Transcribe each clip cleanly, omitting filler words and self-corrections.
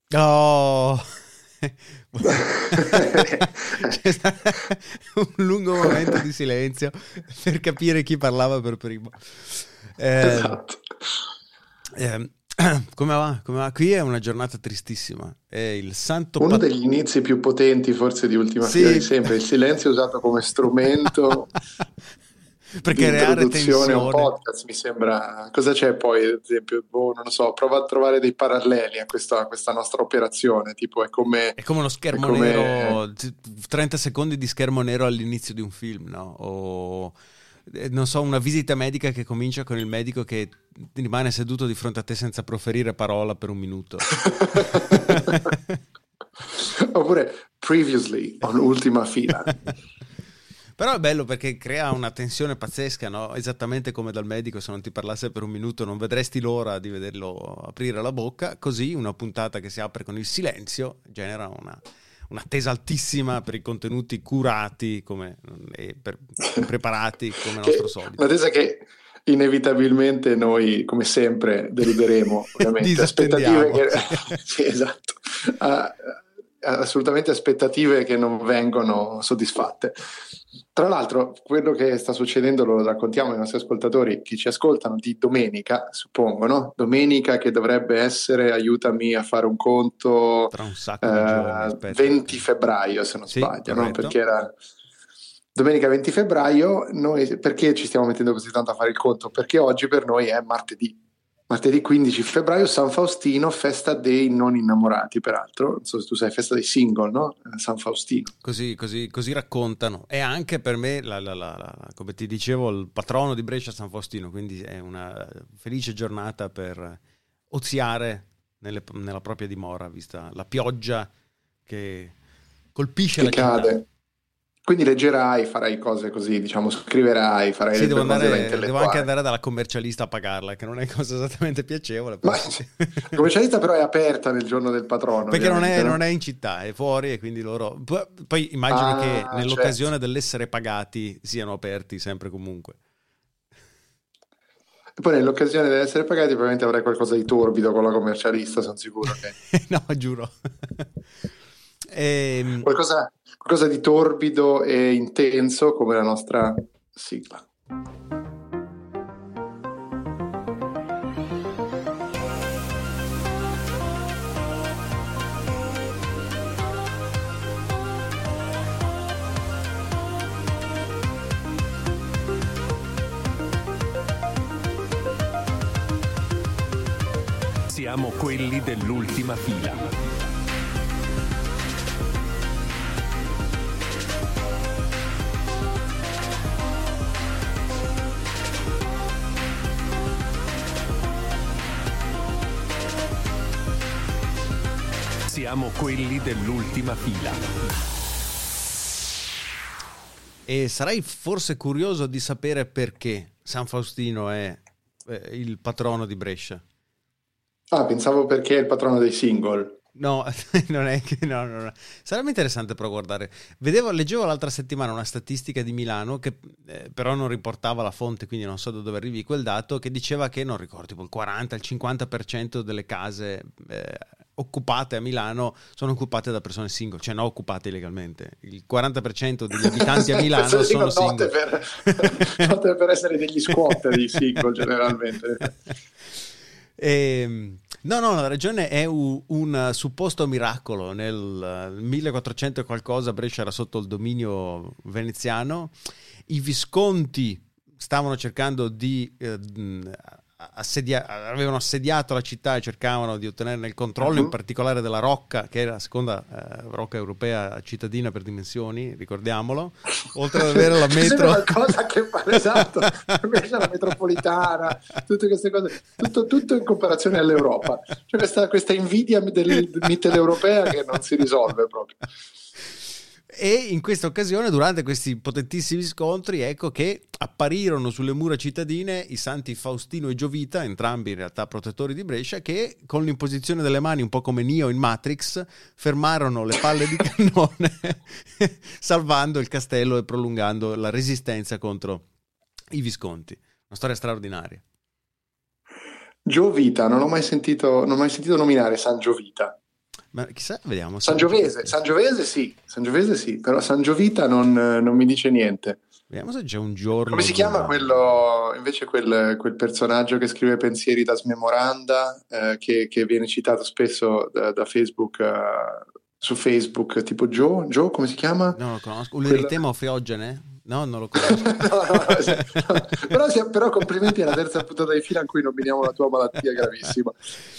Oh! C'è stato un lungo momento di silenzio per capire chi parlava per primo. Eh, Esatto. eh, come va? Come va? Qui è una giornata tristissima. È il santo Uno degli inizi più potenti forse di Ultima Fila di Sì. sempre, il silenzio usato come strumento Per di creare introduzione a un tensione. podcast, mi sembra. Cosa c'è poi, ad esempio? Boh, non lo so, prova a trovare dei paralleli a questa nostra operazione, tipo È come uno è schermo come. nero, 30 secondi di schermo nero all'inizio di un film, no? O non so, una visita medica che comincia con il medico che rimane seduto di fronte a te senza proferire parola per un minuto. Oppure previously on Ultima Fila. Però è bello perché crea una tensione pazzesca, no? Esattamente come dal medico, se non ti parlasse per un minuto non vedresti l'ora di vederlo aprire la bocca. Così una puntata che si apre con il silenzio genera un'attesa altissima per i contenuti curati e preparati come nostro solito. Un'attesa che inevitabilmente noi, come sempre, deluderemo, ovviamente. Aspettative Disattendiamo. che. Sì. Sì, esatto. Ah, assolutamente aspettative che non vengono soddisfatte. Tra l'altro, quello che sta succedendo lo raccontiamo ai nostri ascoltatori che ci ascoltano di domenica, suppongo, no? Domenica che dovrebbe essere, aiutami a fare un conto, Tra un sacco di giorni, aspetta. 20 febbraio, se non Sì, sbaglio, no? corretto. Perché era domenica 20 febbraio. Noi perché ci stiamo mettendo così tanto a fare il conto? Perché oggi per noi è martedì. Martedì 15 febbraio, San Faustino, festa dei non innamorati, peraltro. Non so se tu sai, festa dei single, no? San Faustino. Così raccontano. E anche per me, come ti dicevo, il patrono di Brescia San Faustino, quindi è una felice giornata per oziare nella propria dimora, vista la pioggia che colpisce Che la città. cade. Quindi leggerai, farai cose così, diciamo, scriverai, farai Sì, le tue cose da devo anche intellettuale. andare dalla commercialista a pagarla, che non è cosa esattamente piacevole, però Ma sì. la commercialista però è aperta nel giorno del patrono, Perché ovviamente, non no? è in città, è fuori e quindi loro. Poi immagino che Ah, certo. nell'occasione dell'essere pagati siano aperti sempre e comunque. E poi nell'occasione di essere pagati probabilmente avrai qualcosa di torbido con la commercialista, sono sicuro che. No, giuro. Ehm, Qualcosa di torbido e intenso come la nostra sigla. Siamo quelli dell'ultima fila. Siamo quelli dell'ultima fila. e sarai forse curioso di sapere perché San Faustino è il patrono di Brescia. Ah, pensavo perché è il patrono dei single. No, non è che no. Sarebbe interessante però guardare. Leggevo l'altra settimana una statistica di Milano che però non riportava la fonte, quindi non so da dove arrivi quel dato, che diceva che, non ricordo, tipo il 40, il 50% delle case occupate a Milano sono occupate da persone single, cioè non occupate illegalmente. Il 40% degli abitanti a Milano Persone sono single, single. note per essere degli squatter i single generalmente. No, la ragione è un supposto miracolo. Nel 1400 e qualcosa Brescia era sotto il dominio veneziano. I Visconti stavano cercando di avevano assediato la città e cercavano di ottenerne il controllo, in particolare della Rocca, che è la seconda rocca europea cittadina per dimensioni, ricordiamolo, oltre ad avere la metro. Qualcosa che fa, esatto, invece la metropolitana, tutte queste cose, tutto in comparazione all'Europa. C'è questa invidia mitteleuropea che non si risolve proprio. E in questa occasione, durante questi potentissimi scontri, ecco che apparirono sulle mura cittadine i santi Faustino e Giovita, entrambi in realtà protettori di Brescia, che con l'imposizione delle mani, un po' come Neo in Matrix, fermarono le palle di cannone, salvando il castello e prolungando la resistenza contro i Visconti. Una storia straordinaria. Giovita, non ho mai sentito nominare San Giovita. Ma chissà, vediamo. Sangiovese sì, però Sangiovita non mi dice niente. Vediamo se c'è un giorno. Come si chiama quello, invece quel personaggio che scrive pensieri da smemoranda, che viene citato spesso da Facebook, su Facebook, tipo Joe, come si chiama? No, lo conosco. L'eritema Fiogene? No, non lo conosco. no, però complimenti alla terza puntata di fila in cui nominiamo la tua malattia gravissima.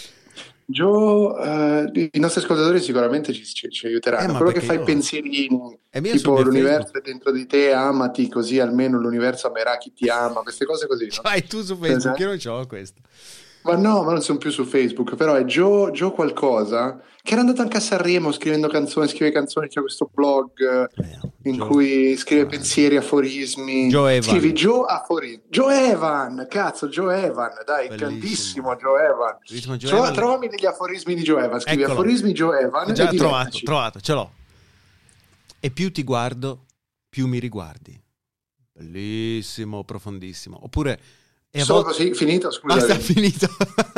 Joe, i nostri ascoltatori sicuramente ci aiuteranno. Quello che fa i pensierini, tipo l'universo è dentro di te, amati, così almeno l'universo amerà chi ti ama, queste cose così. No? Vai tu su Facebook, io non c'ho questo. Ma no, ma non sono più su Facebook, però è Joe qualcosa, che era andato anche a Sanremo scrive canzoni, c'è questo blog in cui scrive pensieri, aforismi. Joe Evan. Scrivi Joe aforismi. Joe Evan, dai, grandissimo Joe Evan. Trovami degli aforismi di Joe Evan, scrivi aforismi Joe Evan. Già trovato, ce l'ho. E più ti guardo, più mi riguardi. Bellissimo, profondissimo. Oppure... Solo così, finito? Scusa. Sta finito.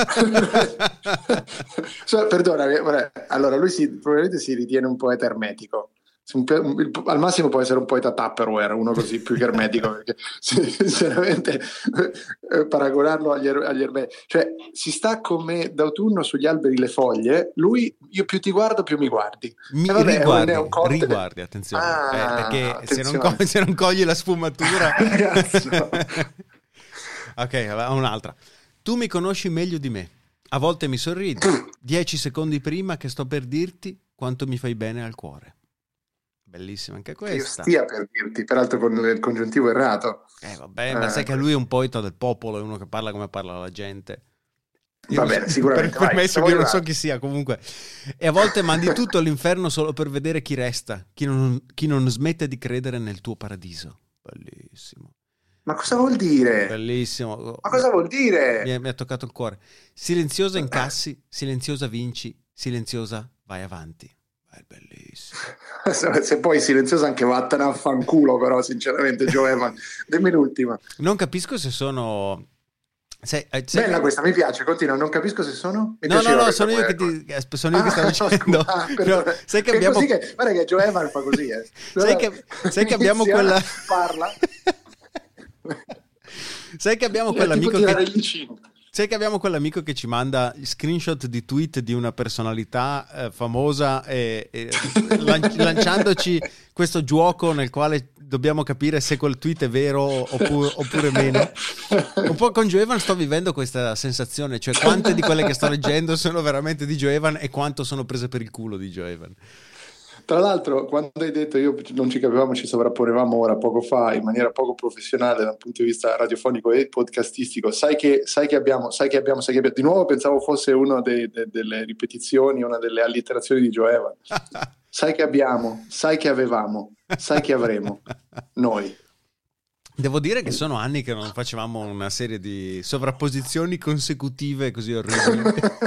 Perdonami, allora lui probabilmente si ritiene un poeta ermetico. Al massimo può essere un poeta Tupperware, uno così più che ermetico, perché sinceramente paragonarlo agli ermetici, cioè si sta come d'autunno sugli alberi le foglie, lui, io più ti guardo più mi guardi. Riguardi, attenzione, perché attenzione. Se non cogli la sfumatura... Ok, un'altra. Tu mi conosci meglio di me. A volte mi sorridi. 10 secondi prima che sto per dirti quanto mi fai bene al cuore. Bellissima anche questa. Io stia per dirti, peraltro con il congiuntivo errato. Vabbè, ma sai che lui è un poeta del popolo, è uno che parla come parla la gente. Va bene, sicuramente. Permesso che io non so chi sia, comunque. E a volte mandi tutto all'inferno solo per vedere chi resta, chi non smette di credere nel tuo paradiso. Bellissimo. Ma cosa vuol dire? Bellissimo. Ma cosa vuol dire? Mi ha toccato il cuore. Silenziosa incassi, silenziosa vinci, silenziosa vai avanti. È bellissimo. Se poi silenziosa anche vattene a fanculo, però sinceramente Joe Evan. Dimmi l'ultima. Non capisco se sono... Bella questa, mi piace, continua. Non capisco se sono... No, sono io che stavo dicendo. Sai che abbiamo... Guarda che Joe Evan fa così. Sai che abbiamo quella... Parla... Sai che abbiamo quell'amico che ci manda screenshot di tweet di una personalità famosa e lanciandoci questo gioco nel quale dobbiamo capire se quel tweet è vero oppure meno. Un po' con Joe Evan sto vivendo questa sensazione, cioè quante di quelle che sto leggendo sono veramente di Joe Evan e quanto sono prese per il culo di Joe Evan. Tra l'altro, quando hai detto io non ci capivamo, ci sovrapponevamo ora poco fa in maniera poco professionale dal punto di vista radiofonico e podcastistico, sai che abbiamo, di nuovo pensavo fosse una delle ripetizioni, una delle allitterazioni di Joe Evan. Sai che abbiamo, sai che avevamo, sai che avremo, noi. Devo dire che sono anni che non facevamo una serie di sovrapposizioni consecutive così orribili.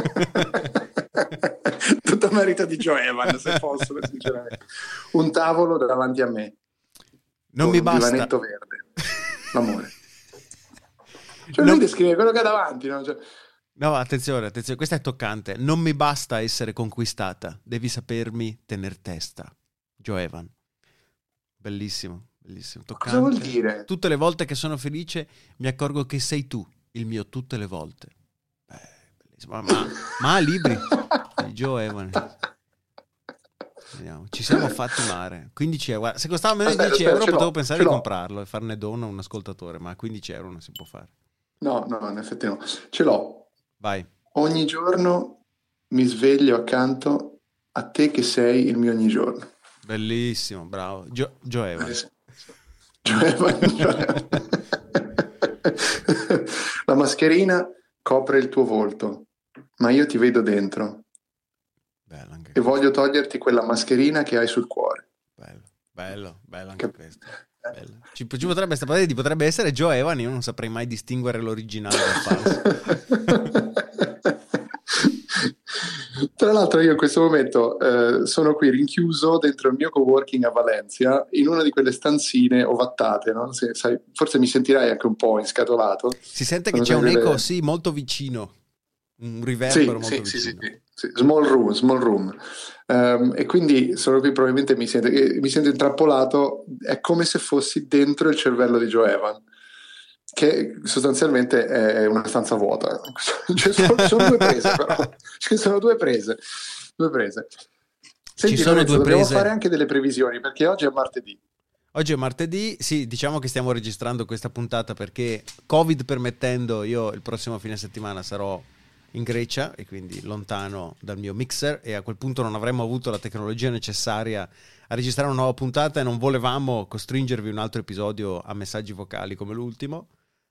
Tutto merito di Joe Evan, se posso, sinceramente. Un tavolo davanti a me. Non mi basta. Un divanetto verde. L'amore. Cioè lui descrive quello che ha davanti, no? Cioè... No, attenzione, questa è toccante. Non mi basta essere conquistata, devi sapermi tener testa. Joe Evan. Bellissimo, toccante. Cosa vuol dire? Tutte le volte che sono felice mi accorgo che sei tu, il mio tutte le volte. Bellissimo. Ma libri di Joe Evan. Vediamo. Ci siamo fatti male. 15 euro. Se costava meno di 10 euro potevo pensare di comprarlo e farne dono a un ascoltatore, ma a 15 euro non si può fare. No, in effetti no. Ce l'ho. Vai. Ogni giorno mi sveglio accanto a te che sei il mio ogni giorno. Bellissimo, bravo. Joe Evan. Joe Evan. La mascherina copre il tuo volto, ma io ti vedo dentro. Bello anche e voglio toglierti quella mascherina che hai sul cuore. Bello anche questo. Bello. Ci potrebbe essere Joe Evan, io non saprei mai distinguere l'originale dal falso. Tra l'altro io in questo momento sono qui rinchiuso dentro il mio coworking a Valencia in una di quelle stanzine ovattate, no? Sai, forse mi sentirai anche un po' inscatolato. Si sente che c'è un eco molto vicino, un riverbero molto vicino. Sì. Sì, small room. E quindi sono qui, probabilmente mi sento intrappolato, è come se fossi dentro il cervello di Joe Evan, che sostanzialmente è una stanza vuota. Cioè, sono due prese, però. Ci sono due prese. Senti, Ci sono Lorenzo, due dobbiamo prese. fare anche delle previsioni, perché oggi è martedì. Oggi è martedì, sì, diciamo che stiamo registrando questa puntata perché Covid permettendo, io il prossimo fine settimana sarò in Grecia e quindi lontano dal mio mixer, e a quel punto non avremmo avuto la tecnologia necessaria a registrare una nuova puntata e non volevamo costringervi un altro episodio a messaggi vocali come l'ultimo.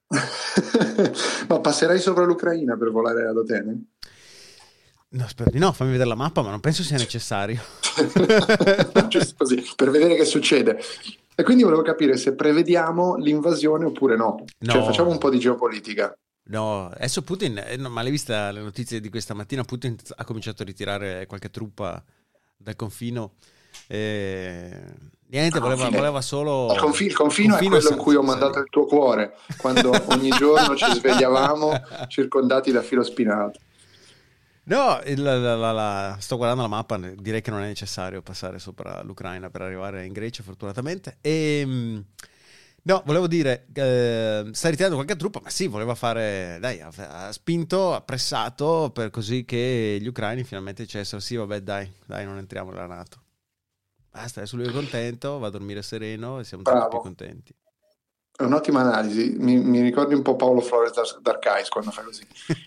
Ma passerai sopra l'Ucraina per volare ad Atene? No, spero di no, fammi vedere la mappa, ma non penso sia necessario. Giusto così, per vedere che succede. E quindi volevo capire se prevediamo l'invasione oppure no. No. Cioè facciamo un po' di geopolitica. No, adesso Putin, ma l'hai vista le notizie di questa mattina? Putin ha cominciato a ritirare qualche truppa dal confino. Niente, voleva solo... Il confino è quello in cui ho mandato il tuo cuore, quando ogni giorno ci svegliavamo circondati da filo spinato. No, sto guardando la mappa, direi che non è necessario passare sopra l'Ucraina per arrivare in Grecia, fortunatamente. No, volevo dire, sta ritirando qualche truppa, ma sì, voleva fare, dai, ha spinto, ha pressato per così che gli ucraini finalmente dicessero sì, vabbè, dai, non entriamo nella NATO. Basta, adesso lui è contento, va a dormire sereno e siamo tutti più contenti. È un'ottima analisi, mi ricordi un po' Paolo Flores d'Arcais quando fa così.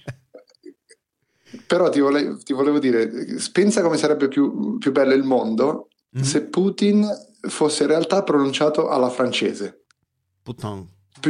Però ti volevo dire, pensa come sarebbe più bello il mondo se Putin fosse in realtà pronunciato alla francese. Putain.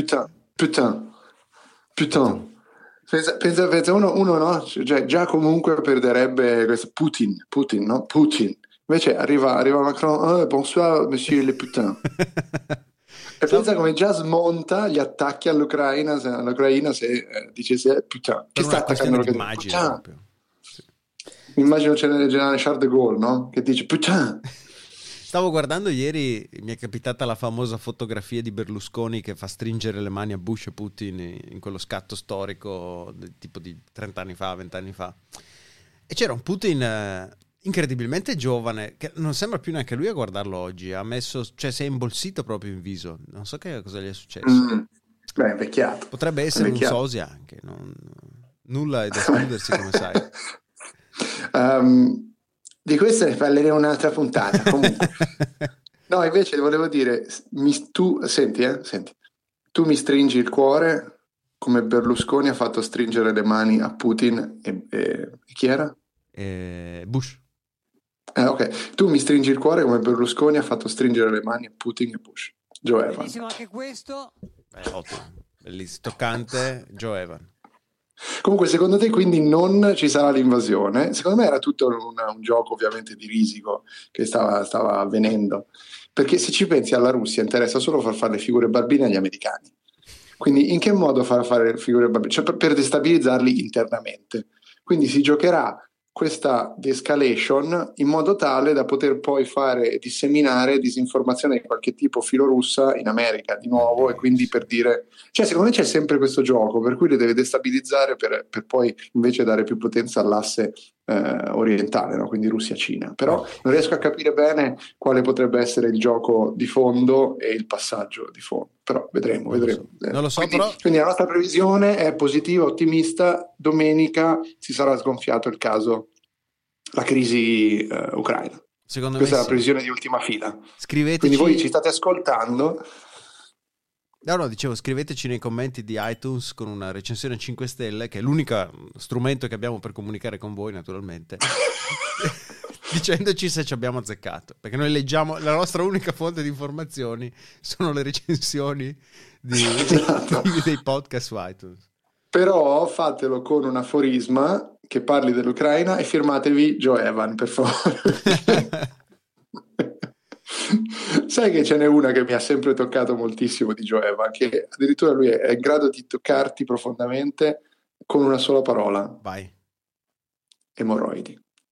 Pensa uno no? Cioè, già comunque perderebbe questo Putin, no? Putin. Invece arriva Macron, bonsoir monsieur le putain. E pensa come già smonta gli attacchi all'Ucraina se dicesse putain. Chi sta attaccando l'immagine proprio. Sì. Mi immagino c'è nel generale Charles de Gaulle, no? Che dice putain. Stavo guardando ieri, mi è capitata la famosa fotografia di Berlusconi che fa stringere le mani a Bush e Putin in quello scatto storico tipo di 30 anni fa, 20 anni fa. E c'era un Putin incredibilmente giovane, che non sembra più neanche lui a guardarlo oggi. Ha messo, cioè si è imbolsito proprio in viso. Non so che cosa gli è successo. Beh, è vecchiato. Potrebbe essere un sosia anche. Nulla è da escludersi, come sai. Di questo ne parleremo un'altra puntata. Comunque. No, invece volevo dire, tu senti, tu mi stringi il cuore come Berlusconi ha fatto stringere le mani a Putin e chi era? Bush. Ok, tu mi stringi il cuore come Berlusconi ha fatto stringere le mani a Putin e Bush. Joe Evan. Bellissimo anche questo. Ottimo, bellissimo, toccante. Joe Evan. Comunque, secondo te quindi non ci sarà l'invasione? Secondo me era tutto un gioco ovviamente di risico che stava avvenendo, perché se ci pensi alla Russia interessa solo far fare le figure barbine agli americani. Quindi in che modo far fare figure barbine? Cioè per destabilizzarli internamente. Quindi si giocherà questa de-escalation in modo tale da poter poi fare disseminare disinformazione di qualche tipo filorussa in America di nuovo, e quindi per dire, cioè secondo me c'è sempre questo gioco per cui le deve destabilizzare per poi invece dare più potenza all'asse orientale, no? Quindi Russia-Cina. Però non riesco a capire bene quale potrebbe essere il gioco di fondo e il passaggio di fondo, però vedremo. Non lo so, quindi la nostra previsione è positiva, ottimista. Domenica si sarà sgonfiato il caso, la crisi ucraina. Secondo Questa me è la previsione di ultima fila. Scriveteci. Quindi voi ci state ascoltando. No, dicevo, scriveteci nei commenti di iTunes con una recensione 5 stelle, che è l'unico strumento che abbiamo per comunicare con voi, naturalmente, dicendoci se ci abbiamo azzeccato, perché noi leggiamo, la nostra unica fonte di informazioni sono le recensioni dei podcast su iTunes. Però fatelo con un aforisma che parli dell'Ucraina e firmatevi Joe Evan, per favore. Sai che ce n'è una che mi ha sempre toccato moltissimo di Joe Evan, che addirittura lui è in grado di toccarti profondamente con una sola parola. Vai. Emorroidi.